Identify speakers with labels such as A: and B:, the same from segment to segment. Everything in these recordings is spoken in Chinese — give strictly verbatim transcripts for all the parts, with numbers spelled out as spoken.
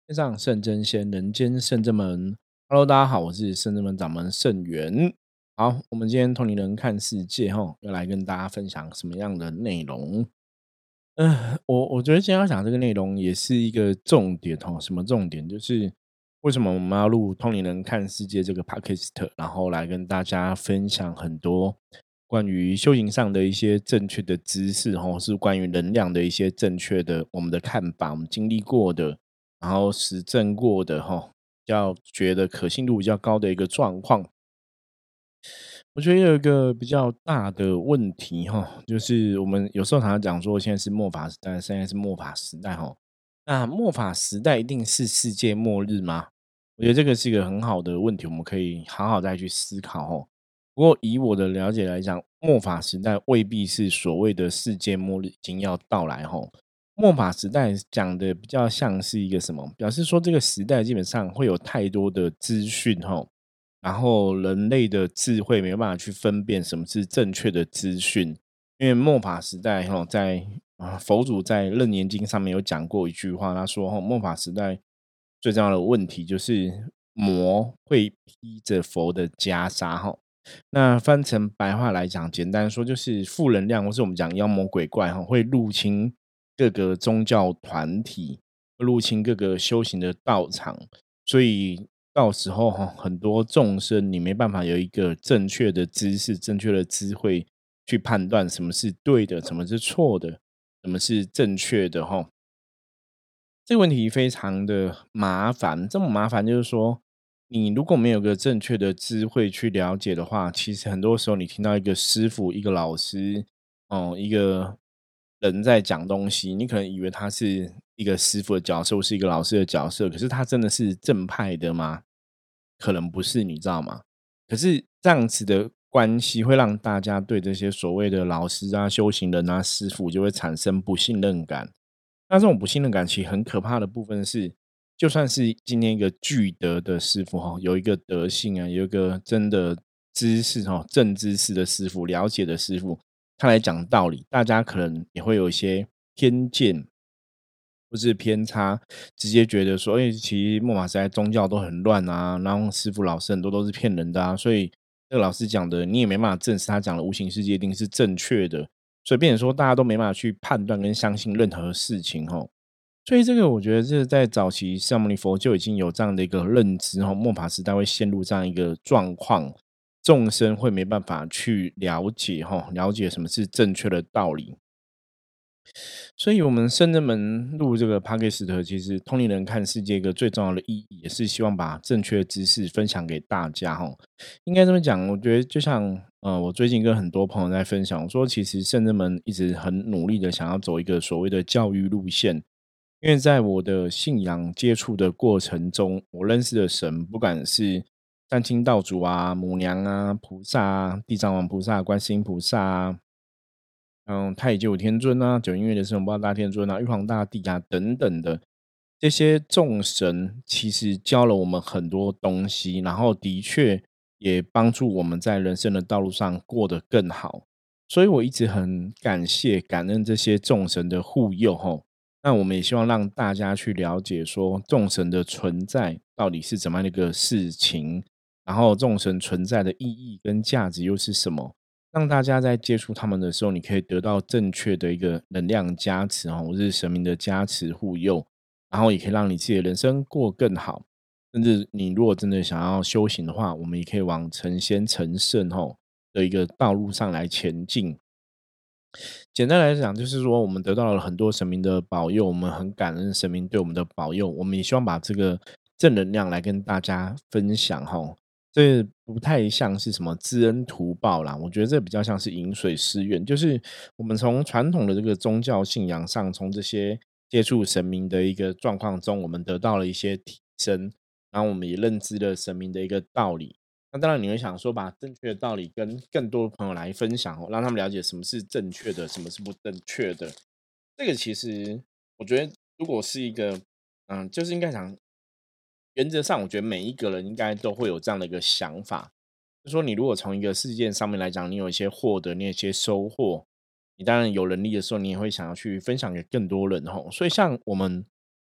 A: 天上圣真仙，人间圣真门。Hello，大家好，我是圣真门掌门圣元。好，我们今天同龄人看世界哈，要来跟大家分享什么样的内容？呃，我我觉得今天要讲这个内容也是一个重点哦。什么重点？就是为什么我们要录同龄人看世界这个 podcast，然后来跟大家分享很多关于修行上的一些正确的知识哦，是关于能量的一些正确的我们的看法，我们经历过的。然后实证过的哈，要觉得可信度比较高的一个状况。我觉得有一个比较大的问题哈，就是我们有时候常常讲说，现在是末法时代，现在是末法时代哈。那末法时代一定是世界末日吗？我觉得这个是一个很好的问题，我们可以好好再去思考哦。不过以我的了解来讲，末法时代未必是所谓的世界末日已经要到来哈。末法时代讲的比较像是一个什么？表示说这个时代基本上会有太多的资讯哈，然后人类的智慧没有办法去分辨什么是正确的资讯。因为末法时代哈，在啊佛祖在《楞严经》上面有讲过一句话，他说哈，末法时代最重要的问题就是魔会披着佛的袈裟哈。那翻成白话来讲，简单说就是负能量，或是我们讲妖魔鬼怪哈，会入侵各个宗教团体，会入侵各个修行的道场，所以到时候哈，很多众生你没办法有一个正确的知识、正确的智慧去判断什么是对的，什么是错的，什么是正确的哈。这个问题非常的麻烦，这么麻烦就是说，你如果没有个正确的智慧去了解的话，其实很多时候你听到一个师傅、一个老师，哦、一个人在讲东西，你可能以为他是一个师傅的角色，或是一个老师的角色，可是他真的是正派的吗？可能不是，你知道吗？可是这样子的关系会让大家对这些所谓的老师啊、修行人啊、师傅就会产生不信任感。那这种不信任感其实很可怕的部分是，就算是今天一个具德的师傅哈，有一个德性啊，有一个真的知识哈，正知识的师傅，了解的师傅，他来讲道理，大家可能也会有一些偏见或是偏差，直接觉得说，哎、其实末法时代宗教都很乱啊，然后师傅老师很多都是骗人的啊，所以这个老师讲的你也没办法证实他讲的无形世界一定是正确的，所以变成说大家都没办法去判断跟相信任何事情吼。所以这个我觉得这在早期释迦牟尼佛就已经有这样的一个认知吼，末法时代会陷入这样一个状况，众生会没办法去了解吼，了解什么是正确的道理。所以，我们圣真门录这个 Podcast，其实同龄人看世界一个最重要的意义，也是希望把正确的知识分享给大家哈。应该这么讲，我觉得就像呃，我最近跟很多朋友在分享，我说其实圣真门一直很努力的想要走一个所谓的教育路线，因为在我的信仰接触的过程中，我认识的神，不管是三清道祖啊、母娘啊、菩萨啊、地藏王菩萨、观世音菩萨啊。嗯，太乙救苦天尊啊，九音乐的圣母八大天尊啊，玉皇大帝啊等等的这些众神，其实教了我们很多东西，然后的确也帮助我们在人生的道路上过得更好。所以我一直很感谢、感恩这些众神的护佑吼。那我们也希望让大家去了解说，众神的存在到底是怎么样的一个事情，然后众神存在的意义跟价值又是什么。让大家在接触他们的时候，你可以得到正确的一个能量加持哦，或是神明的加持护佑，然后也可以让你自己的人生过更好。甚至你如果真的想要修行的话，我们也可以往成仙成圣吼的一个道路上来前进。简单来讲，就是说我们得到了很多神明的保佑，我们很感恩神明对我们的保佑，我们也希望把这个正能量来跟大家分享哈。这不太像是什么知恩图报啦，我觉得这比较像是饮水思源，就是我们从传统的这个宗教信仰上，从这些接触神明的一个状况中，我们得到了一些提升，然后我们也认知了神明的一个道理。那当然你会想说，把正确的道理跟更多的朋友来分享哦，让他们了解什么是正确的，什么是不正确的。这个其实我觉得，如果是一个，嗯，就是应该讲，原则上，我觉得每一个人应该都会有这样的一个想法，就说你如果从一个事件上面来讲，你有一些获得，你有一些收获，你当然有能力的时候，你也会想要去分享给更多人吼。所以像我们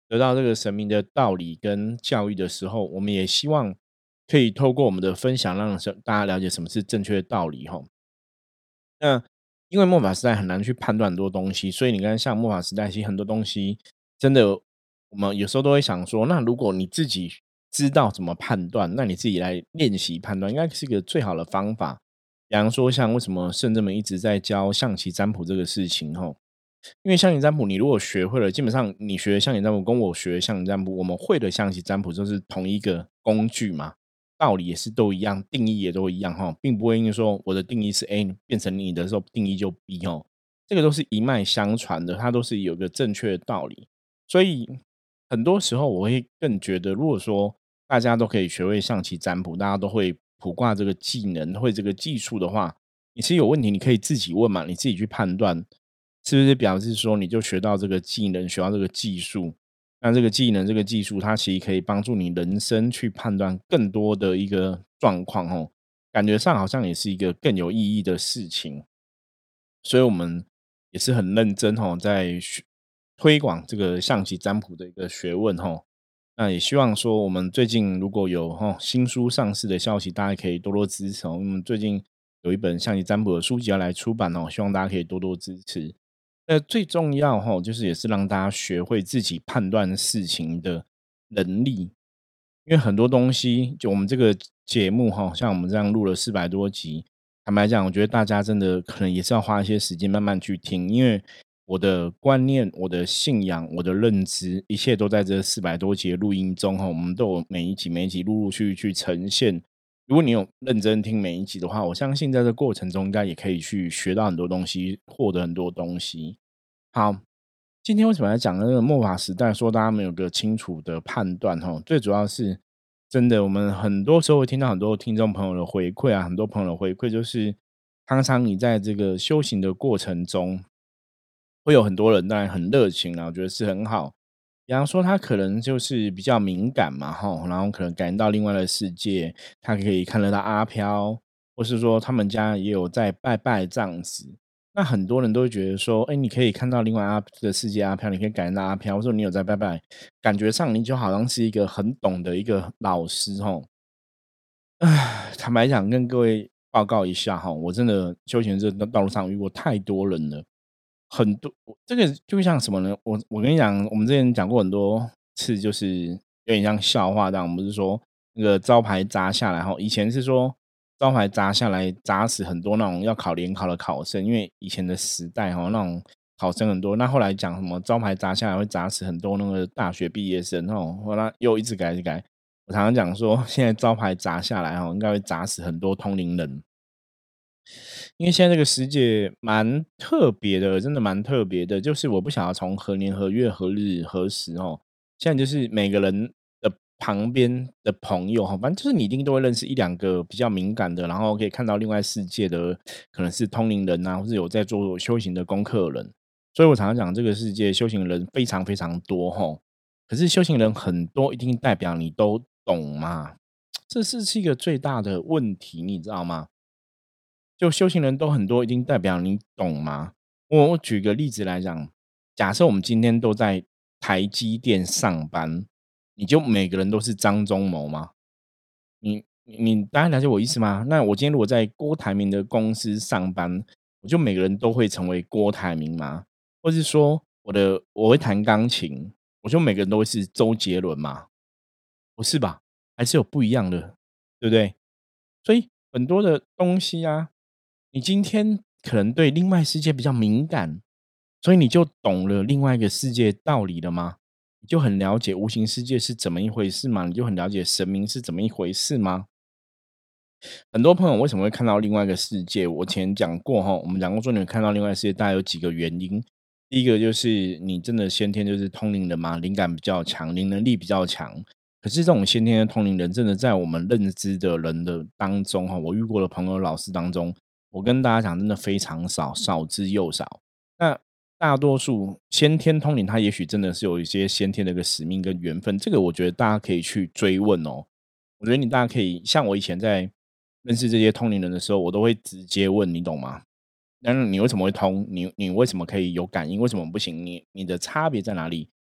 A: 得到这个神明的道理跟教育的时候，我们也希望可以透过我们的分享，让大家了解什么是正确的道理哈。那因为末法时代很难去判断很多东西，所以你看像末法时代，其实很多东西真的，我们有时候都会想说，那如果你自己知道怎么判断，那你自己来练习判断，应该是一个最好的方法。比方说，像为什么圣人们一直在教象棋占卜这个事情吼，因为象棋占卜，你如果学会了，基本上你学的象棋占卜跟我学的象棋占卜，我们会的象棋占卜就是同一个工具嘛，道理也是都一样，定义也都一样哈，并不会因为说我的定义是 A 变成你的时候定义就 B 哦，这个都是一脉相传的，它都是有个正确的道理。所以很多时候我会更觉得，如果说大家都可以学会象棋占卜，大家都会卜卦这个技能，会这个技术的话，你其实有问题你可以自己问嘛，你自己去判断，是不是表示说你就学到这个技能，学到这个技术，那这个技能、这个技术，它其实可以帮助你人生去判断更多的一个状况哦，感觉上好像也是一个更有意义的事情。所以我们也是很认真哦，在学推广这个象棋占卜的一个学问哦。那也希望说，我们最近如果有哈新书上市的消息，大家可以多多支持哦。我们最近有一本象棋占卜的书籍要来出版哦，希望大家可以多多支持。那最重要哈，就是也是让大家学会自己判断事情的能力。因为很多东西，就我们这个节目哈，像我们这样录了四百多集，坦白讲，我觉得大家真的可能也是要花一些时间慢慢去听，因为我的观念、我的信仰、我的认知，一切都在这四百多集的录音中哈，我们都有每一集每一集陆陆续续去呈现。如果你有认真听每一集的话，我相信在这过程中应该也可以去学到很多东西，获得很多东西。好，今天为什么来讲那个末法时代，说大家没有个清楚的判断哈？最主要是真的，我们很多时候会听到很多听众朋友的回馈啊，很多朋友的回馈就是，常常你在这个修行的过程中，会有很多人当然很热情啊，我觉得是很好。比方说他可能就是比较敏感嘛，哈，然后可能感应到另外的世界，他可以看得到阿飘，或是说他们家也有在拜拜这样子。那很多人都会觉得说，哎，你可以看到另外阿的世界阿飘，你可以感应到阿飘，或者说你有在拜拜，感觉上你就好像是一个很懂的一个老师哦。唉，坦白讲，跟各位报告一下哈，我真的修行这道路上遇过太多人了。很多这个就像什么呢？我我跟你讲，我们之前讲过很多次，就是有点像笑话这样。我们不是说那个招牌砸下来哈，以前是说招牌砸下来砸死很多那种要考联考的考生，因为以前的时代哈，那种考生很多。那后来讲什么招牌砸下来会砸死很多那个大学毕业生哦，后来又一直改一直改。我常常讲说，现在招牌砸下来哈，应该会砸死很多通灵人。因为现在这个世界蛮特别的，真的蛮特别的。就是我不晓得从何年何月何日何时哦，现在就是每个人的旁边的朋友哈，反正就是你一定都会认识一两个比较敏感的，然后可以看到另外世界的，可能是通灵人啊，或是有在做修行的功课人。所以我常常讲，这个世界修行人非常非常多哈。可是修行人很多，一定代表你都懂吗？这是是一个最大的问题，你知道吗？就修行人都很多，一定代表你懂吗？我我举个例子来讲，假设我们今天都在台积电上班，你就每个人都是张忠谋吗？你你你大家了解我意思吗？那我今天如果在郭台铭的公司上班，我就每个人都会成为郭台铭吗？或是说我的我会弹钢琴，我就每个人都会是周杰伦吗？不是吧？还是有不一样的，对不对？所以很多的东西啊，你今天可能对另外世界比较敏感，所以你就懂了另外一个世界道理了吗？你就很了解无形世界是怎么一回事吗？你就很了解神明是怎么一回事吗？很多朋友为什么会看到另外一个世界？我前讲过哈，我们讲过说你们看到另外一个世界，大概有几个原因。第一个就是你真的先天就是通灵人嘛，灵感比较强，灵能力比较强。可是这种先天的通灵人，真的在我们认知的人的当中哈，我遇过的朋友、老师当中，我跟大家讲，真的非常少，少之又少。那大多数先天通灵，他也许真的是有一些先天的一个使命跟缘分，这个我觉得大家可以去追问哦。我觉得你大家可以像我以前在认识这些通灵人的时候，我都会直接问，你懂吗？那你为什么会通？你你为什么可以有感应？为什么不行？你你的差别在哪里？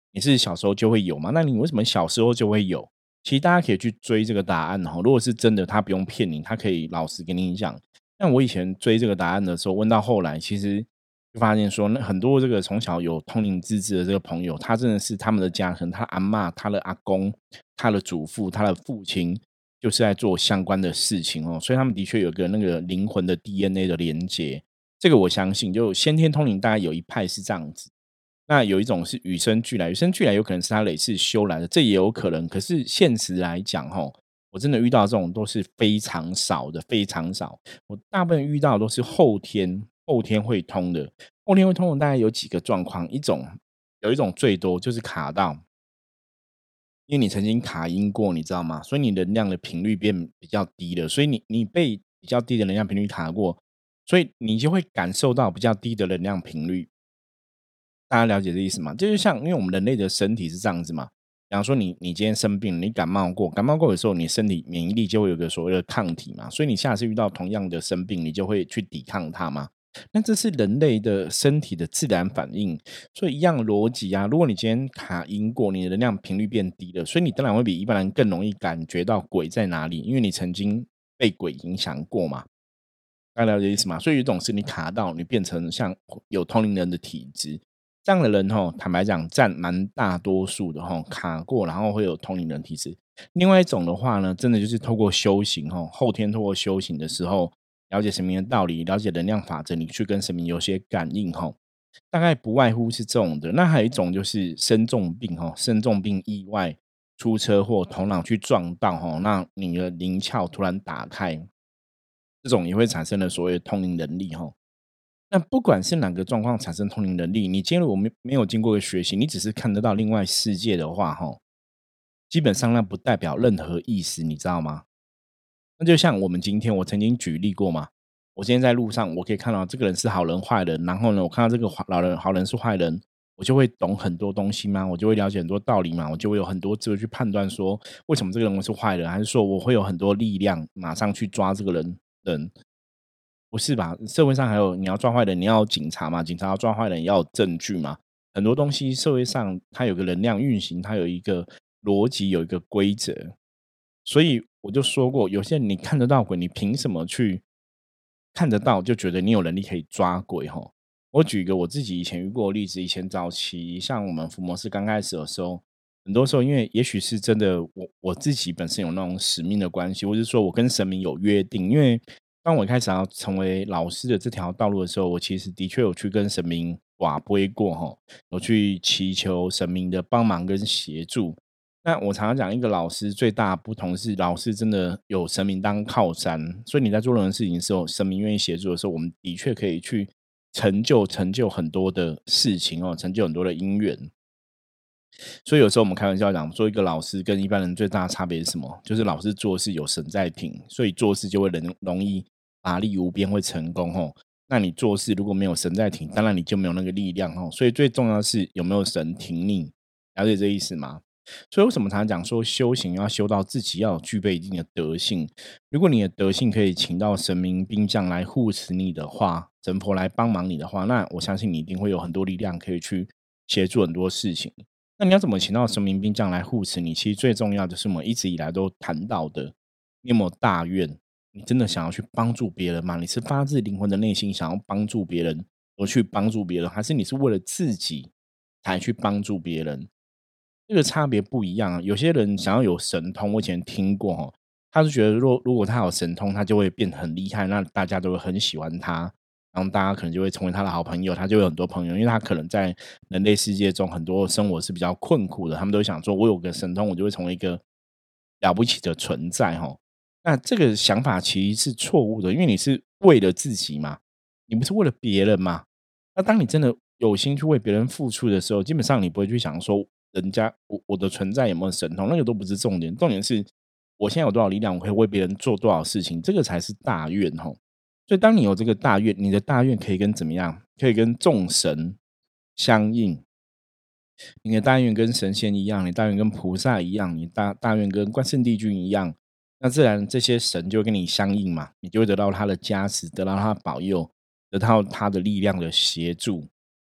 A: 你是小时候就会有吗？那你为什么小时候就会有？其实大家可以去追这个答案哈。如果是真的，他不用骗你，他可以老实跟你讲。像我以前追这个答案的时候，问到后来，其实就发现说，那很多这个从小有通灵资质的这个朋友，他真的是他们的家，可能他阿嬷、他的阿公、他的祖父、他的父亲，就是在做相关的事情哦，所以他们的确有个那个灵魂的 D N A 的连接。这个我相信，就先天通灵大概有一派是这样子，那有一种是与生俱来，与生俱来有可能是他累世修来的，这也有可能。可是现实来讲，吼，我真的遇到这种都是非常少的，非常少。我大部分遇到的都是后天，后天会通的。后天会通的大概有几个状况，一种有一种最多就是卡到，因为你曾经卡阴过，你知道吗？所以你能量的频率变比较低了，所以你你被比较低的能量频率卡过，所以你就会感受到比较低的能量频率。大家了解这意思吗？就是像因为我们人类的身体是这样子嘛，比方说你你今天生病，你感冒过，感冒过的时候，你身体免疫力就会有个所谓的抗体嘛，所以你下次遇到同样的生病，你就会去抵抗它嘛。那这是人类的身体的自然反应，所以一样的逻辑啊。如果你今天卡阴过，你的能量频率变低了，所以你当然会比一般人更容易感觉到鬼在哪里，因为你曾经被鬼影响过嘛。大家了解意思吗？所以有一种是你卡到，你变成像有通灵人的体质，这样的人吼，坦白讲占蛮大多数的吼，卡过然后会有通灵人体质。另外一种的话呢，真的就是透过修行吼，后天透过修行的时候，了解神明的道理，了解能量法则，你去跟神明有些感应吼，大概不外乎是这种的。那还有一种就是生重病吼，生重病意外出车祸，头脑去撞到吼，那你的灵窍突然打开，这种也会产生了所谓的通灵能力吼。那不管是哪个状况产生通灵能力，你今天如果没没有经过学习，你只是看得到另外世界的话，吼，基本上那不代表任何意思，你知道吗？那就像我们今天，我曾经举例过嘛，我今天在路上，我可以看到这个人是好人坏人，然后呢，我看到这个坏老人好人是坏人，我就会懂很多东西吗？我就会了解很多道理嘛？我就会有很多智慧去判断说，为什么这个人是坏人，还是说我会有很多力量马上去抓这个人人？不是吧？社会上还有你要抓坏人，你要有警察嘛，警察要抓坏人也要有证据嘛。很多东西社会上它有个能量运行，它有一个逻辑，有一个规则。所以我就说过，有些人你看得到鬼，你凭什么去看得到就觉得你有能力可以抓鬼？吼，我举一个我自己以前遇过的例子，以前早期像我们伏魔师刚开始的时候，很多时候因为也许是真的我我自己本身有那种使命的关系，或者说我跟神明有约定，因为当我一开始要成为老师的这条道路的时候，我其实的确有去跟神明瓦杯过哈，有去祈求神明的帮忙跟协助。那我常常讲，一个老师最大的不同是，老师真的有神明当靠山，所以你在做任何事情的时候，神明愿意协助的时候，我们的确可以去成就成就很多的事情哦，成就很多的因缘。所以有时候我们开玩笑讲，说一个老师跟一般人最大的差别是什么？就是老师做事有神在挺，所以做事就会能容易法力无边，会成功哦。那你做事如果没有神在挺，当然你就没有那个力量哦。所以最重要的是有没有神挺你，了解这意思吗？所以为什么常常讲说修行要修到自己要有具备一定的德性？如果你的德性可以请到神明兵将来护持你的话，神婆来帮忙你的话，那我相信你一定会有很多力量可以去协助很多事情。那你要怎么请到神明兵将来护持你？其实最重要的是我们一直以来都谈到的，你有没有大愿？你真的想要去帮助别人吗？你是发自灵魂的内心想要帮助别人而去帮助别人，还是你是为了自己才去帮助别人？这个差别不一样啊。有些人想要有神通，我以前听过哦，他是觉得若如果他有神通，他就会变得很厉害，那大家都会很喜欢他，然后大家可能就会成为他的好朋友，他就有很多朋友，因为他可能在人类世界中很多生活是比较困苦的，他们都想说，我有个神通，我就会成为一个了不起的存在哈。那这个想法其实是错误的，因为你是为了自己嘛，你不是为了别人嘛。那当你真的有心去为别人付出的时候，基本上你不会去想说人家我我的存在有没有神通，那个都不是重点，重点是我现在有多少力量，我可以为别人做多少事情，这个才是大愿哈。所以当你有这个大愿，你的大愿可以跟怎么样？可以跟众神相应。你的大愿跟神仙一样，你大愿跟菩萨一样，你大大愿跟关圣帝君一样，那自然这些神就会跟你相应嘛，你就会得到他的加持，得到他的保佑，得到他的力量的协助。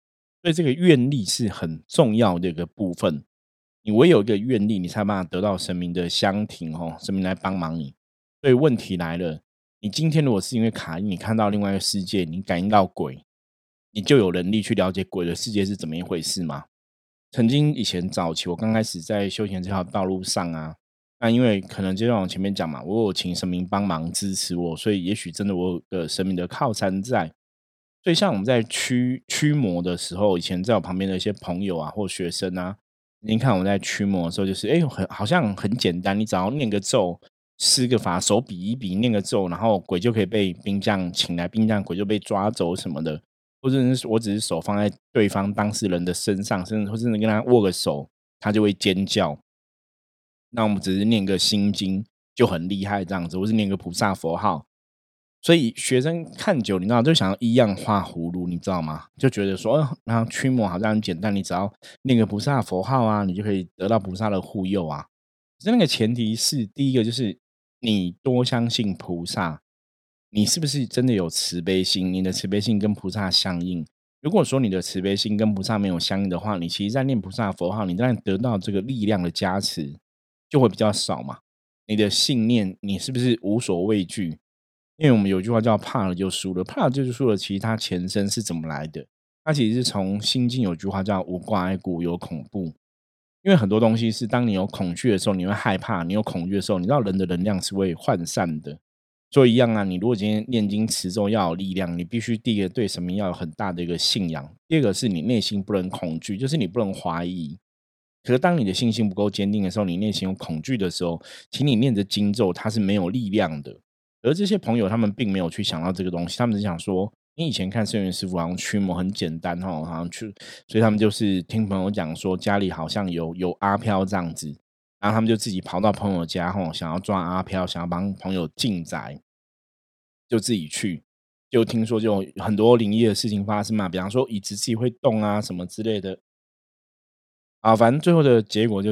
A: 所以这个愿力是很重要的一个部分。你唯有一个愿力，你才有办法得到神明的相挺哦，神明来帮忙你。所以问题来了，你今天如果是因为卡因，你看到另外一个世界，你感应到鬼，你就有能力去了解鬼的世界是怎么一回事吗？曾经以前早期，我刚开始在修行这条道路上啊，那因为可能就像我前面讲嘛，我有请神明帮忙支持我，所以也许真的我有个神明的靠山在。所以像我们在驱驱魔的时候，以前在我旁边的一些朋友啊或学生啊，您看我在驱魔的时候，就是哎，很好像很简单，你只要念个咒，施个法，手比一比，念个咒，然后鬼就可以被兵将请来，兵将鬼就被抓走什么的。或者是我只是手放在对方当事人的身上，甚至或甚至跟他握个手，他就会尖叫。那我们只是念个心经就很厉害这样子，或是念个菩萨佛号。所以学生看久，你知道就想要一样画葫芦，你知道吗？就觉得说，哦，然后驱魔好像很简单，你只要念个菩萨佛号啊，你就可以得到菩萨的护佑啊。可是那个前提是，第一个就是你多相信菩萨，你是不是真的有慈悲心？你的慈悲心跟菩萨相应。如果说你的慈悲心跟菩萨没有相应的话，你其实在念菩萨佛号，你当然得到这个力量的加持就会比较少嘛。你的信念，你是不是无所畏惧？因为我们有句话叫“怕了就输了”，怕了就输了。其实它前身是怎么来的？它其实是从《心经》有句话叫“无挂碍故，有恐怖”。因为很多东西是当你有恐惧的时候，你会害怕；你有恐惧的时候，你知道人的能量是会涣散的。所以一样啊，你如果今天念经持咒要有力量，你必须第一个对神明要有很大的一个信仰，第二个是你内心不能恐惧，就是你不能怀疑。可是当你的信心不够坚定的时候，你内心有恐惧的时候，请你念着经咒，它是没有力量的。而这些朋友他们并没有去想到这个东西，他们只想说，你以前看圣元师傅好像驱魔很简单哦，好像去，所以他们就是听朋友讲说家里好像有有阿飘这样子，然后他们就自己跑到朋友家吼，想要抓阿飘，想要帮朋友进宅，就自己去，就听说就有很多灵异的事情发生嘛，比方说椅子自己会动啊什么之类的。啊，反正最后的结果就是，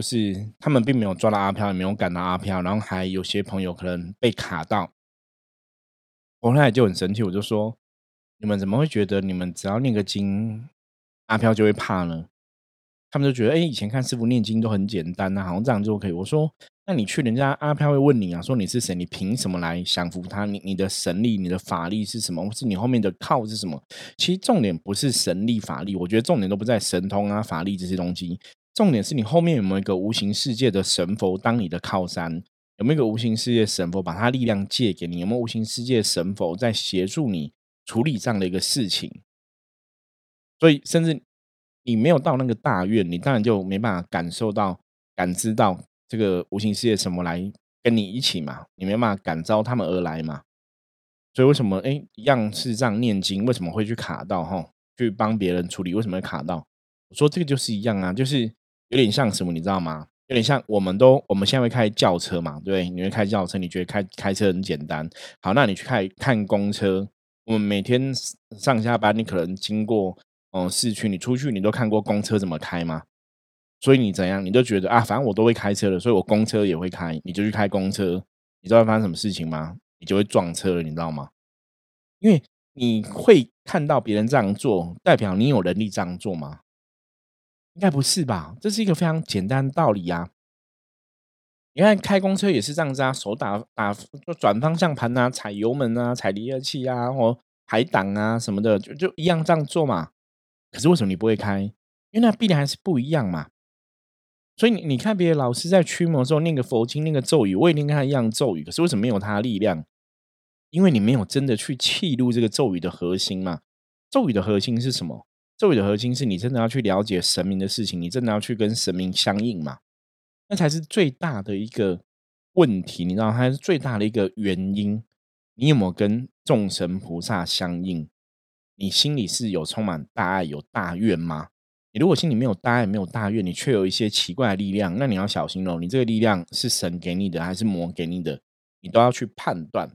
A: 他们并没有抓到阿飘，也没有赶到阿飘，然后还有些朋友可能被卡到。我后来就很生气，我就说：“你们怎么会觉得你们只要念个经，阿飘就会怕呢？”他们就觉得，哎、以前看师傅念经都很简单啊，好像这样就可以。我说：“那你去人家阿飘会问你啊，说你是谁？你凭什么来降服他？你你的神力、你的法力是什么？或是你后面的靠是什么？其实重点不是神力、法力，我觉得重点都不在神通啊、法力这些东西。重点是你后面有没有一个无形世界的神佛当你的靠山？有没有一个无形世界神佛把他力量借给你？有没有无形世界神佛在协助你处理这样的一个事情？所以，甚至你没有到那个大愿，你当然就没办法感受到、感知到这个无形世界什么来跟你一起嘛，你没办法感召他们而来嘛。所以为什么哎，一样是这样念经，为什么会去卡到哈？去帮别人处理，为什么会卡到？我说这个就是一样啊，就是有点像什么，你知道吗？有点像我们都我们现在会开轿车嘛，对，你会开轿车，你觉得开开车很简单。好，那你去看看公车，我们每天上下班，你可能经过嗯市区，你出去你都看过公车怎么开吗？所以你怎样，你就觉得啊，反正我都会开车了，所以我公车也会开，你就去开公车，你知道会发生什么事情吗？你就会撞车了，你知道吗？因为你会看到别人这样做，代表你有能力这样做吗？应该不是吧？这是一个非常简单的道理啊。你看开公车也是这样子啊，手打打就转方向盘啊，踩油门啊，踩离合器啊，或排档啊什么的，就就一样这样做嘛。可是为什么你不会开？因为那必然还是不一样嘛。所以你你看别的老师在驱魔的时候念个佛经、念个咒语，我也念跟他一样咒语，可是为什么没有他的力量？因为你没有真的去契入这个咒语的核心嘛。咒语的核心是什么？咒语的核心是你真的要去了解神明的事情，你真的要去跟神明相应嘛。那才是最大的一个问题，你知道，它是最大的一个原因。你有没有跟众神菩萨相应？你心里是有充满大爱、有大愿吗？你如果心里没有大爱、没有大愿，你却有一些奇怪的力量，那你要小心喽。你这个力量是神给你的，还是魔给你的？你都要去判断。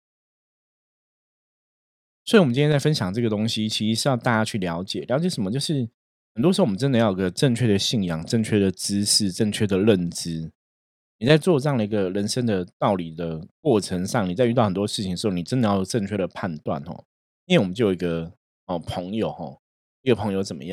A: 所以，我们今天在分享这个东西，其实是要大家去了解，了解什么？就是很多时候我们真的要有个正确的信仰、正确的知识、正确的认知。你在做这样的一个人生的道理的过程上，你在遇到很多事情的时候，你真的要有正确的判断哦。因为我们就有一个哦朋友哦，一个朋友怎么样？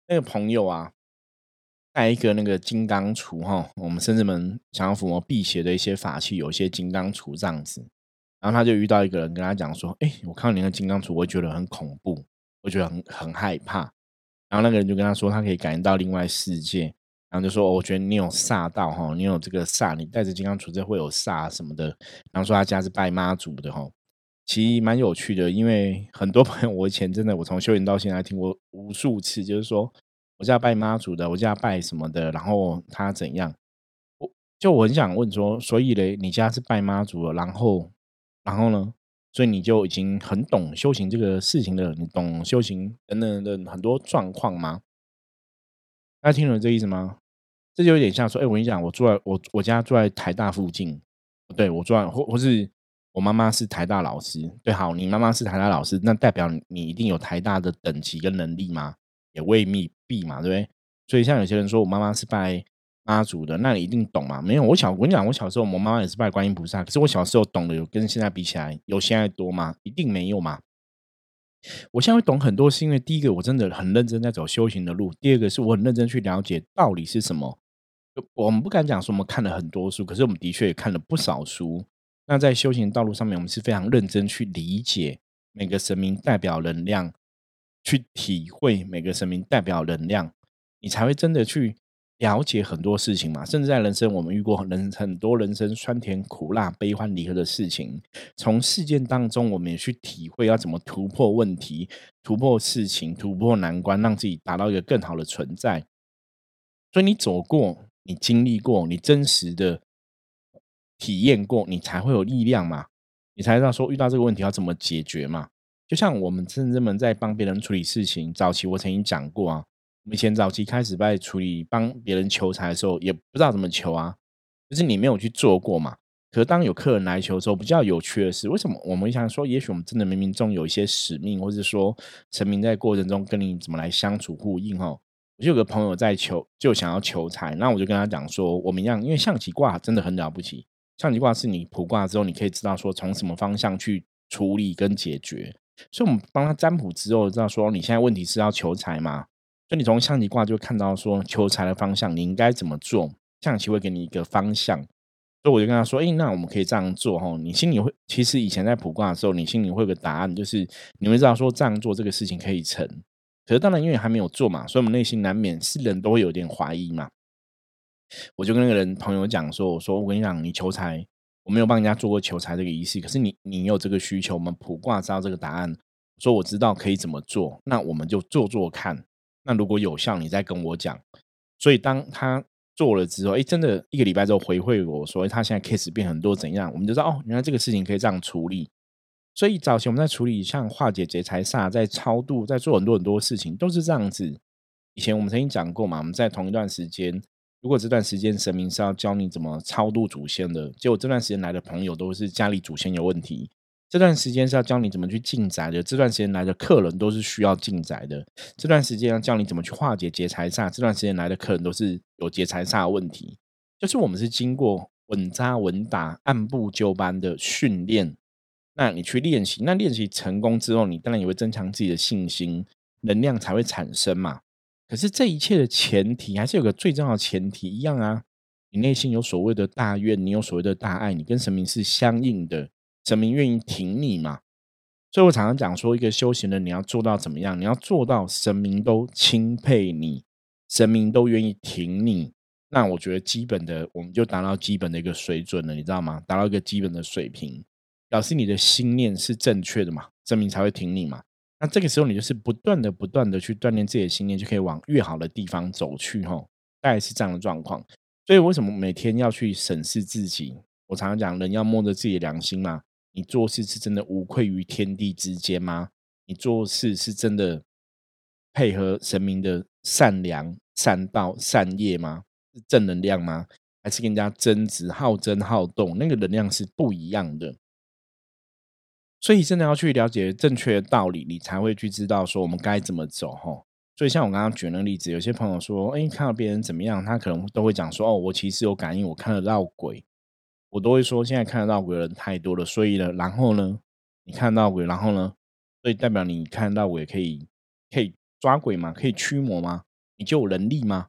A: 那个朋友啊，带一个那个金刚杵哈，我们甚至们想要抚摸辟邪的一些法器，有一些金刚杵这样子。然后他就遇到一个人跟他讲说：“哎、我看到你那个金刚杵，我会觉得很恐怖，我觉得很很害怕。”然后那个人就跟他说，他可以感应到另外世界，然后就说：“哦我觉得你有煞到哈，你有这个煞，你带着金刚杵这会有煞什么的。”然后说他家是拜妈祖的哈，其实蛮有趣的，因为很多朋友，我以前真的我从修行到现在听过无数次，就是说我家拜妈祖的，我家拜什么的，然后他怎样，我就我很想问说，所以嘞，你家是拜妈祖的，然后然后呢？所以你就已经很懂修行这个事情了，你懂修行等等的很多状况吗？大家听懂这意思吗？这就有点像说，哎、我跟你讲，我住在我我家住在台大附近，对我住在或或是我妈妈是台大老师，对，好，你妈妈是台大老师，那代表你一定有台大的等级跟能力吗？也未必必嘛，对不对？所以像有些人说我妈妈是拜妈祖的，那你一定懂嘛？没有，我小我跟你讲，我小时候我妈妈也是拜观音菩萨，可是我小时候懂的有跟现在比起来有现在多吗？一定没有嘛。我现在会懂很多，是因为第一个我真的很认真在走修行的路，第二个是我很认真去了解道理是什么。就我们不敢讲说我们看了很多书，可是我们的确也看了不少书。那在修行道路上面，我们是非常认真去理解每个神明代表能量，去体会每个神明代表能量，你才会真的去了解很多事情嘛。甚至在人生，我们遇过人很多人生酸甜苦辣、悲欢离合的事情，从事件当中，我们也去体会要怎么突破问题、突破事情、突破难关，让自己达到一个更好的存在。所以你走过，你经历过，你真实的体验过，你才会有力量嘛，你才知道说遇到这个问题要怎么解决嘛。就像我们甚至们在帮别人处理事情，早期我曾经讲过啊，我们以前早期开始在处理帮别人求财的时候，也不知道怎么求啊，就是你没有去做过嘛。可是当有客人来求的时候，比较有趣的是，为什么我们想说，也许我们真的冥冥中有一些使命，或者说神明在过程中跟你怎么来相处呼应哦。我就有个朋友在求，就想要求财，那我就跟他讲说，我们一样，因为象棋卦真的很了不起，象棋卦是你卜卦之后，你可以知道说从什么方向去处理跟解决。所以我们帮他占卜之后，知道说你现在问题是要求财嘛？所以你从象棋卦就看到说求财的方向，你应该怎么做？象棋会给你一个方向。所以我就跟他说：“诶，那我们可以这样做哈。你心里会其实以前在卜卦的时候，你心里会有个答案，就是你会知道说这样做这个事情可以成。可是当然因为还没有做嘛，所以我们内心难免是人都会有点怀疑嘛。我就跟那个人朋友讲说：“我说我跟你讲，你求财，我没有帮人家做过求财这个仪式，可是你你有这个需求，我们卜卦知道这个答案，说我知道可以怎么做，那我们就做做看。那如果有效，你再跟我讲。”所以当他做了之后，哎，真的一个礼拜之后回馈我说，诶他现在 case 变很多怎样，我们就知道哦，原来这个事情可以这样处理。所以早期我们在处理像化解劫财煞，在超度，在做很多很多事情，都是这样子。以前我们曾经讲过嘛，我们在同一段时间，如果这段时间神明是要教你怎么超度祖先的，结果这段时间来的朋友都是家里祖先有问题；这段时间是要教你怎么去进宅的，这段时间来的客人都是需要进宅的；这段时间要教你怎么去化解劫财煞，这段时间来的客人都是有劫财煞的问题。就是我们是经过稳扎稳打、按部就班的训练，那你去练习，那练习成功之后，你当然也会增强自己的信心，能量才会产生嘛。可是这一切的前提，还是有个最重要的前提一样啊，你内心有所谓的大愿，你有所谓的大爱，你跟神明是相应的，神明愿意挺你嘛。所以我常常讲说，一个修行人你要做到怎么样？你要做到神明都钦佩你，神明都愿意挺你。那我觉得基本的，我们就达到基本的一个水准了，你知道吗？达到一个基本的水平，表示你的心念是正确的嘛，神明才会挺你嘛。那这个时候你就是不断的、不断的去锻炼自己的心念，就可以往越好的地方走去吼，大概是这样的状况。所以为什么每天要去审视自己？我常常讲，人要摸着自己的良心嘛。你做事是真的无愧于天地之间吗？你做事是真的配合神明的善良、善道、善业吗？是正能量吗？还是跟人家争执、好争好斗？那个能量是不一样的。所以真的要去了解正确的道理，你才会去知道说我们该怎么走吼。所以像我刚刚举那个例子，有些朋友说，哎，看到别人怎么样，他可能都会讲说，哦，我其实有感应，我看得到鬼。我都会说，现在看得到鬼的人太多了，所以呢，然后呢，你看到鬼，然后呢，所以代表你看到鬼可以可以抓鬼吗？可以驱魔吗？ 你就有能力吗？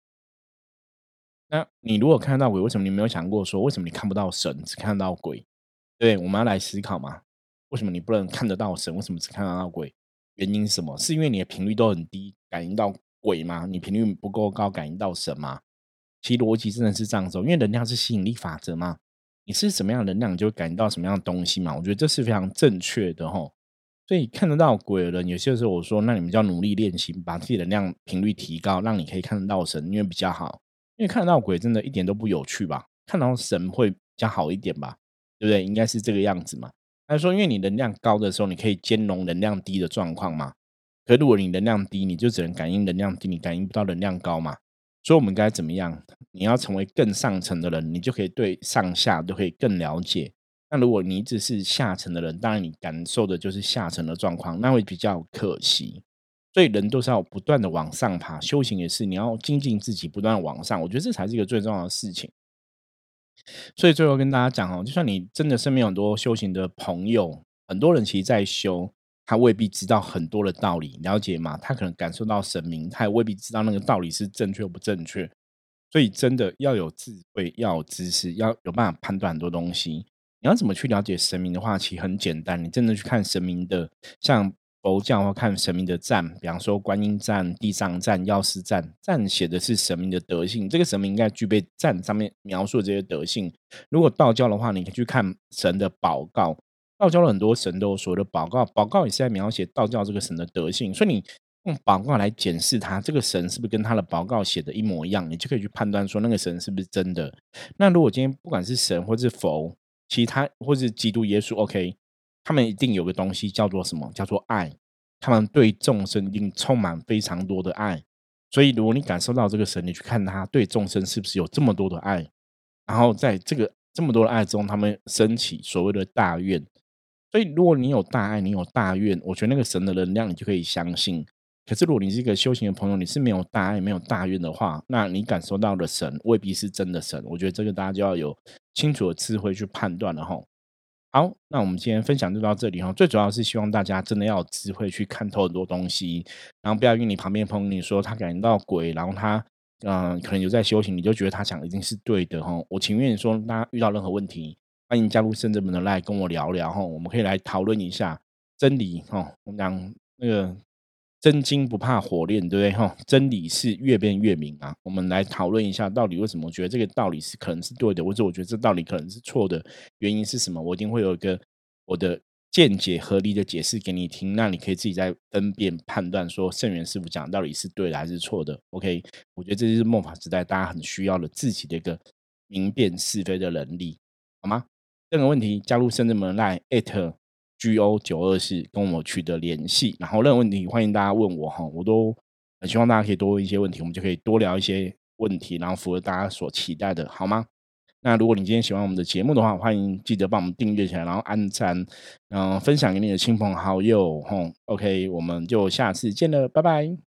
A: 那你如果看得到鬼，为什么你没有想过说，为什么你看不到神，只看得到鬼？对，我们要来思考嘛。为什么你不能看得到神？为什么只看得到鬼？原因是什么？是因为你的频率都很低，感应到鬼吗？你频率不够高，感应到神吗？其实逻辑真的是这样子哦，因为能量是吸引力法则嘛。你是什么样的能量，你就会感应到什么样的东西嘛。我觉得这是非常正确的吼。所以看得到鬼的人，有些时候我说，那你们就要努力练习，把自己的能量频率提高，让你可以看得到神，因为比较好。因为看得到鬼真的一点都不有趣吧？看到神会比较好一点吧？对不对？应该是这个样子嘛。他说，因为你能量高的时候，你可以兼容能量低的状况嘛。可如果你能量低，你就只能感应能量低，你感应不到能量高嘛。所以我们该怎么样？你要成为更上层的人，你就可以对上下都可以更了解。那如果你一直是下层的人，当然你感受的就是下层的状况，那会比较可惜。所以人都是要不断的往上爬，修行也是你要精进自己，不断地往上，我觉得这才是一个最重要的事情。所以最后跟大家讲哦，就算你真的身边有很多修行的朋友，很多人其实在修，他未必知道很多的道理，了解吗？他可能感受到神明，他也未必知道那个道理是正确或不正确。所以真的要有智慧，要有知识，要有办法判断很多东西。你要怎么去了解神明的话，其实很简单，你真的去看神明的，像佛教或看神明的赞，比方说观音赞、地藏赞、药师赞，赞写的是神明的德性，这个神明应该具备赞上面描述的这些德性。如果道教的话，你可以去看神的宝告，道教的很多神都有所谓的宝告，宝告也是在描写道教这个神的德性，所以你用宝告来检视他这个神是不是跟他的宝告写的一模一样，你就可以去判断说那个神是不是真的。那如果今天不管是神或是佛，其他或是基督耶稣 OK，他们一定有个东西叫做什么？叫做爱。他们对众生一定充满非常多的爱。所以如果你感受到这个神，你去看他对众生是不是有这么多的爱，然后在这个这么多的爱中，他们升起所谓的大愿。所以如果你有大爱，你有大愿，我觉得那个神的能量你就可以相信。可是如果你是一个修行的朋友，你是没有大爱、没有大愿的话，那你感受到的神未必是真的神。我觉得这个大家就要有清楚的智慧去判断了哈。好，那我们今天分享就到这里哈。最主要是希望大家真的要有智慧去看透很多东西，然后不要因为你旁边的朋友你说他感觉到鬼，然后他嗯、呃可能有在修行，你就觉得他讲的一定是对的哈。我情愿说，大家遇到任何问题，欢迎加入圣者门的来跟我聊聊哈，我们可以来讨论一下真理哈。我们讲那个真金不怕火炼，对不对哈？真理是越辩越明啊。我们来讨论一下，到底为什么我觉得这个道理是可能是对的，或者我觉得这道理可能是错的，原因是什么？我一定会有一个我的见解合理的解释给你听，那你可以自己再分辨判断，说圣元师傅讲的到底是对的还是错的。OK，我觉得这是末法时代大家很需要的自己的一个明辨是非的能力，好吗？任何问题加入圣人门来 at G O 九二四跟我取得联系，然后任何问题欢迎大家问我哈，我都很希望大家可以多问一些问题，我们就可以多聊一些问题，然后符合大家所期待的，好吗？那如果你今天喜欢我们的节目的话，欢迎记得帮我们订阅起来，然后按赞，然后分享给你的亲朋好友，吼，OK，我们就下次见了，拜拜。